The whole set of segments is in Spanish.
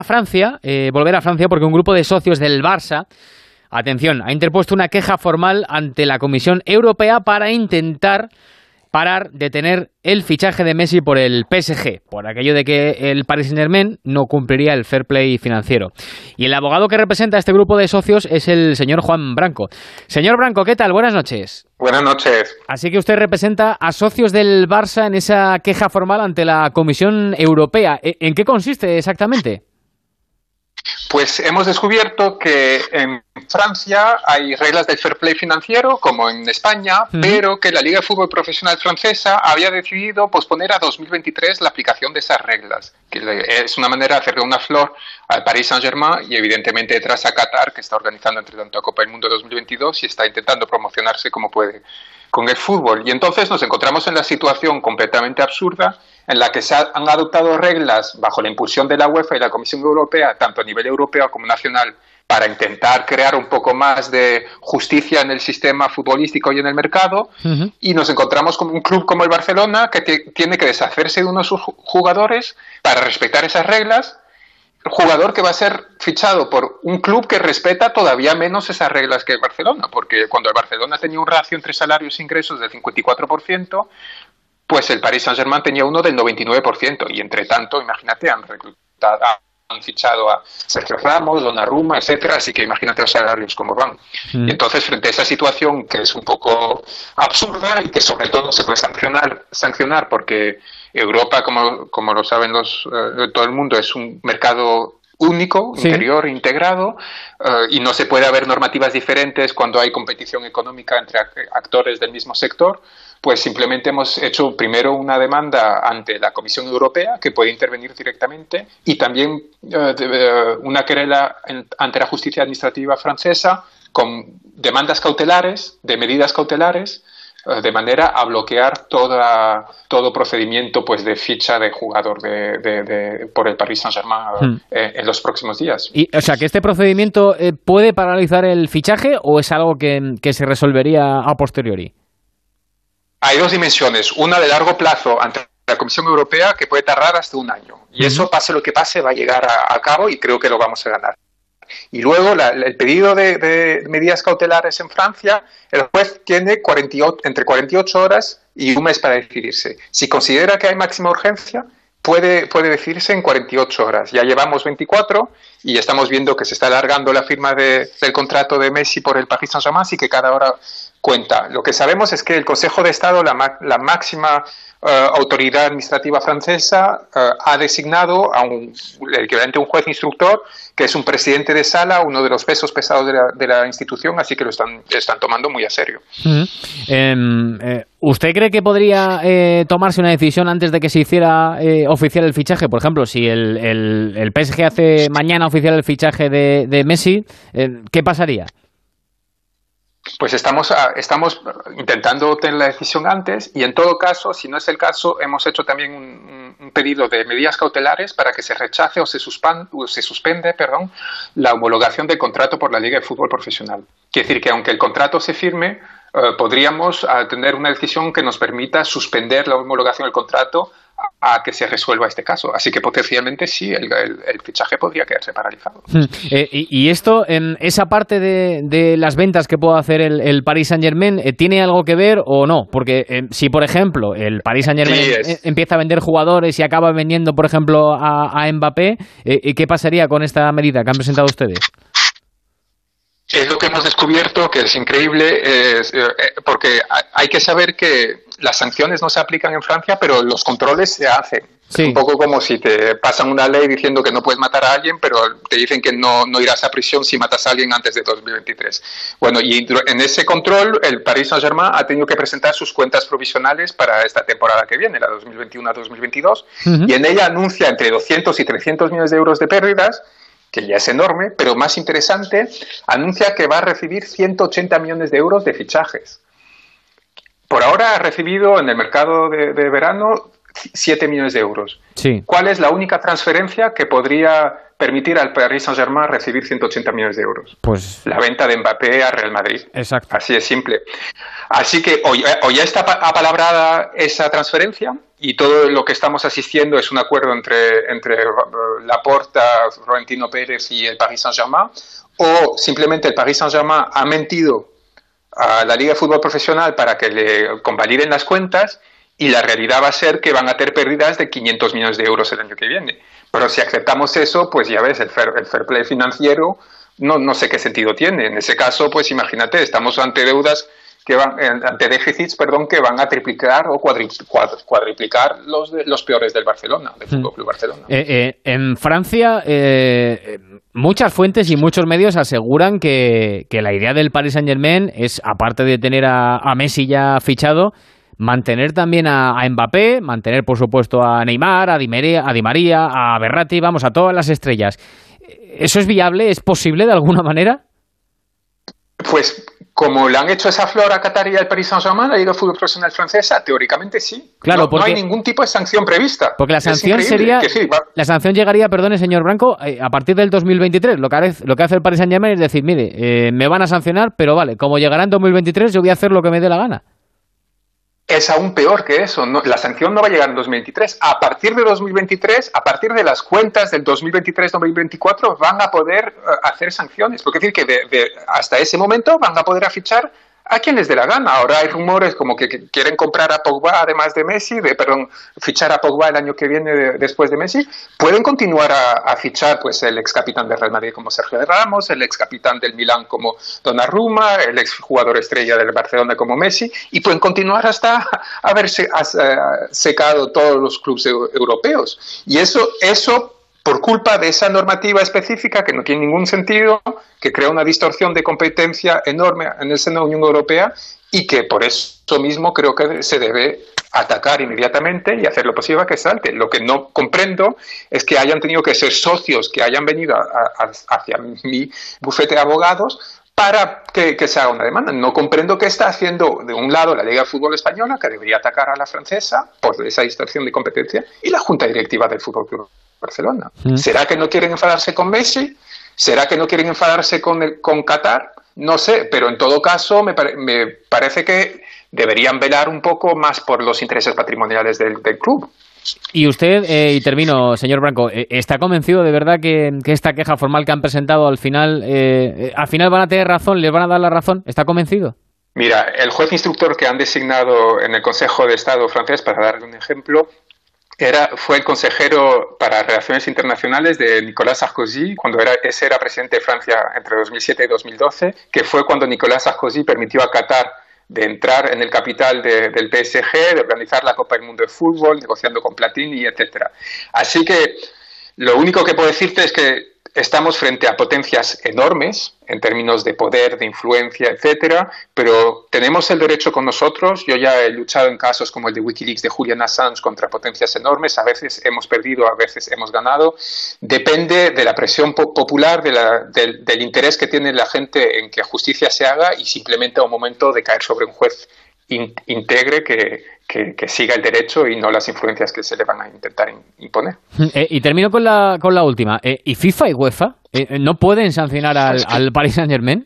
Francia, volver a Francia porque un grupo de socios del Barça, atención, ha interpuesto una queja formal ante la Comisión Europea para intentar detener el fichaje de Messi por el PSG, por aquello de que el Paris Saint-Germain no cumpliría el fair play financiero. Y el abogado que representa a este grupo de socios es el señor Juan Branco. Señor Branco, ¿qué tal? Buenas noches. Buenas noches. Así que usted representa a socios del Barça en esa queja formal ante la Comisión Europea. ¿En qué consiste exactamente? Pues hemos descubierto que en Francia hay reglas del fair play financiero, como en España, pero que la Liga de Fútbol Profesional francesa había decidido posponer a 2023 la aplicación de esas reglas, que es una manera de hacerle una flor al Paris Saint-Germain y evidentemente detrás a Qatar, que está organizando entre tanto la Copa del Mundo 2022 y está intentando promocionarse como puede con el fútbol. Y entonces nos encontramos en la situación completamente absurda en la que se han adoptado reglas bajo la impulsión de la UEFA y la Comisión Europea, tanto a nivel europeo como nacional, para intentar crear un poco más de justicia en el sistema futbolístico y en el mercado, y nos encontramos con un club como el Barcelona que tiene que deshacerse de uno de sus jugadores para respetar esas reglas, el jugador que va a ser fichado por un club que respeta todavía menos esas reglas que el Barcelona, porque cuando el Barcelona tenía un ratio entre salarios e ingresos del 54%, pues el Paris Saint-Germain tenía uno del 99%, y entre tanto, imagínate, han fichado a Sergio Ramos, Donnarumma, etcétera, así que imagínate los salarios cómo van. Y entonces, frente a esa situación que es un poco absurda y que sobre todo se puede sancionar porque Europa, como lo saben todo el mundo, es un mercado único, interior, integrado, y no se puede haber normativas diferentes cuando hay competición económica entre actores del mismo sector. Pues simplemente hemos hecho primero una demanda ante la Comisión Europea, que puede intervenir directamente, y también una querella ante la justicia administrativa francesa con demandas cautelares, de medidas cautelares, de manera a bloquear todo procedimiento pues de ficha de jugador por el Paris Saint-Germain en los próximos días. Y, o sea, que este procedimiento puede paralizar el fichaje o es algo que se resolvería a posteriori. Hay dos dimensiones, una de largo plazo ante la Comisión Europea que puede tardar hasta un año, y eso, pase lo que pase, va a llegar a cabo y creo que lo vamos a ganar. Y luego el pedido de medidas cautelares en Francia, el juez tiene entre 48 horas y un mes para decidirse. Si considera que hay máxima urgencia, puede decidirse en 48 horas. Ya llevamos 24 y estamos viendo que se está alargando la firma del contrato de Messi por el Paris Saint-Germain, y que cada hora cuenta. Lo que sabemos es que el Consejo de Estado, la máxima autoridad administrativa francesa, ha designado a el equivalente a un juez instructor, que es un presidente de sala, uno de los pesos pesados de la institución, así que lo están tomando muy a serio. ¿Usted cree que podría tomarse una decisión antes de que se hiciera oficial el fichaje? Por ejemplo, si el PSG hace mañana oficial el fichaje de Messi, ¿qué pasaría? Pues estamos intentando tener la decisión antes, y en todo caso, si no es el caso, hemos hecho también un pedido de medidas cautelares para que se rechace o se suspende la homologación del contrato por la Liga de Fútbol Profesional. Quiere decir que aunque el contrato se firme, podríamos tener una decisión que nos permita suspender la homologación del contrato a que se resuelva este caso. Así que potencialmente sí, el fichaje podría quedarse paralizado. Y esto, esa parte de las ventas que pueda hacer el Paris Saint-Germain, ¿tiene algo que ver o no? Porque si, por ejemplo, el Paris Saint-Germain empieza a vender jugadores y acaba vendiendo, por ejemplo, a Mbappé, ¿qué pasaría con esta medida que han presentado ustedes? Es lo que hemos descubierto, que es increíble, porque hay que saber que las sanciones no se aplican en Francia, pero los controles se hacen. Sí. Es un poco como si te pasan una ley diciendo que no puedes matar a alguien, pero te dicen que no irás a prisión si matas a alguien antes de 2023. Bueno, y en ese control el Paris Saint-Germain ha tenido que presentar sus cuentas provisionales para esta temporada que viene, la 2021-2022, y en ella anuncia entre 200 y 300 millones de euros de pérdidas, que ya es enorme, pero más interesante, anuncia que va a recibir 180 millones de euros de fichajes. Por ahora ha recibido en el mercado de verano 7 millones de euros. Sí. ¿Cuál es la única transferencia que podría permitir al Paris Saint-Germain recibir 180 millones de euros? Pues la venta de Mbappé a Real Madrid. Exacto. Así de simple. Así que o ya está apalabrada esa transferencia y todo lo que estamos asistiendo es un acuerdo entre Laporta, Florentino Pérez y el Paris Saint-Germain, o simplemente el Paris Saint-Germain ha mentido a la Liga de Fútbol Profesional para que le convaliden las cuentas y la realidad va a ser que van a tener pérdidas de 500 millones de euros el año que viene. Pero si aceptamos eso, pues ya ves, el fair play financiero no sé qué sentido tiene. En ese caso, pues imagínate, estamos ante deudas ante déficits, que van a triplicar o cuadriplicar los peores del Barcelona, del Fútbol Club Barcelona. En Francia, muchas fuentes y muchos medios aseguran que la idea del Paris Saint-Germain es, aparte de tener a Messi ya fichado, mantener también a Mbappé, mantener por supuesto a Neymar, a Di María, a Verratti, vamos, a todas las estrellas. ¿Eso es viable? ¿Es posible de alguna manera? Pues como le han hecho esa flor a Qatar y al Paris Saint-Germain, la Liga de Fútbol Profesional francesa, teóricamente sí. Claro, no hay ningún tipo de sanción prevista. Porque la sanción la sanción llegaría, perdone señor Branco, a partir del 2023. Lo que hace el Paris Saint-Germain es decir, mire, me van a sancionar, pero vale, como llegará en 2023 yo voy a hacer lo que me dé la gana. Es aún peor que eso. La sanción no va a llegar en 2023. A partir de 2023, a partir de las cuentas del 2023-2024, van a poder hacer sanciones. Porque es decir que hasta ese momento van a poder fichar a quien les dé la gana. Ahora hay rumores como que quieren comprar a Pogba además de Messi, fichar a Pogba el año que viene después de Messi. Pueden continuar a fichar pues el ex capitán de Real Madrid como Sergio Ramos, el ex capitán del Milán como Donnarumma, el ex jugador estrella del Barcelona como Messi, y pueden continuar hasta haberse secado todos los clubes europeos. Y eso por culpa de esa normativa específica que no tiene ningún sentido, que crea una distorsión de competencia enorme en el seno de la Unión Europea y que por eso mismo creo que se debe atacar inmediatamente y hacer lo posible para que salte. Lo que no comprendo es que hayan tenido que ser socios que hayan venido hacia mi bufete de abogados para que se haga una demanda. No comprendo qué está haciendo de un lado la Liga de Fútbol Española, que debería atacar a la francesa por esa distorsión de competencia, y la Junta Directiva del Fútbol Club Barcelona. ¿Será que no quieren enfadarse con Messi? ¿Será que no quieren enfadarse con Qatar? No sé, pero en todo caso me parece que deberían velar un poco más por los intereses patrimoniales del club. Y usted, y termino, señor Branco, ¿está convencido de verdad que esta queja formal que han presentado al final van a tener razón, les van a dar la razón? ¿Está convencido? Mira, el juez instructor que han designado en el Consejo de Estado francés, para darle un ejemplo, fue el consejero para Relaciones Internacionales de Nicolas Sarkozy, cuando ese era presidente de Francia entre 2007 y 2012, que fue cuando Nicolas Sarkozy permitió a Qatar de entrar en el capital del PSG, de organizar la Copa del Mundo de Fútbol, negociando con Platini, etcétera. Así que lo único que puedo decirte es que estamos frente a potencias enormes en términos de poder, de influencia, etcétera, pero tenemos el derecho con nosotros. Yo ya he luchado en casos como el de Wikileaks de Julian Assange contra potencias enormes. A veces hemos perdido, a veces hemos ganado. Depende de la presión popular, del interés que tiene la gente en que justicia se haga y simplemente a un momento de caer sobre un juez integre que siga el derecho y no las influencias que se le van a intentar imponer. Y termino con la última. ¿Y FIFA y UEFA no pueden sancionar al Paris Saint-Germain?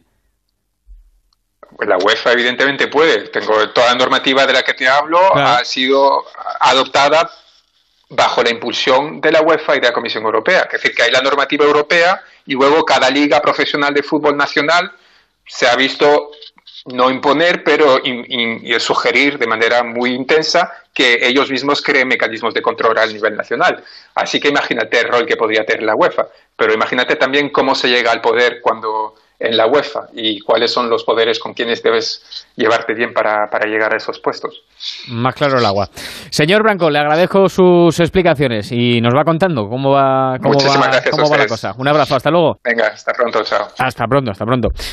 Pues la UEFA evidentemente puede. Toda la normativa de la que te hablo, claro, ha sido adoptada bajo la impulsión de la UEFA y de la Comisión Europea. Es decir, que hay la normativa europea y luego cada liga profesional de fútbol nacional se ha visto no imponer, pero sugerir de manera muy intensa que ellos mismos creen mecanismos de control a nivel nacional. Así que imagínate el rol que podría tener la UEFA, pero imagínate también cómo se llega al poder en la UEFA y cuáles son los poderes con quienes debes llevarte bien para llegar a esos puestos. Más claro el agua. Señor Branco, le agradezco sus explicaciones y nos va contando cómo va la cosa. Un abrazo, hasta luego. Venga, hasta pronto, chao. Hasta pronto.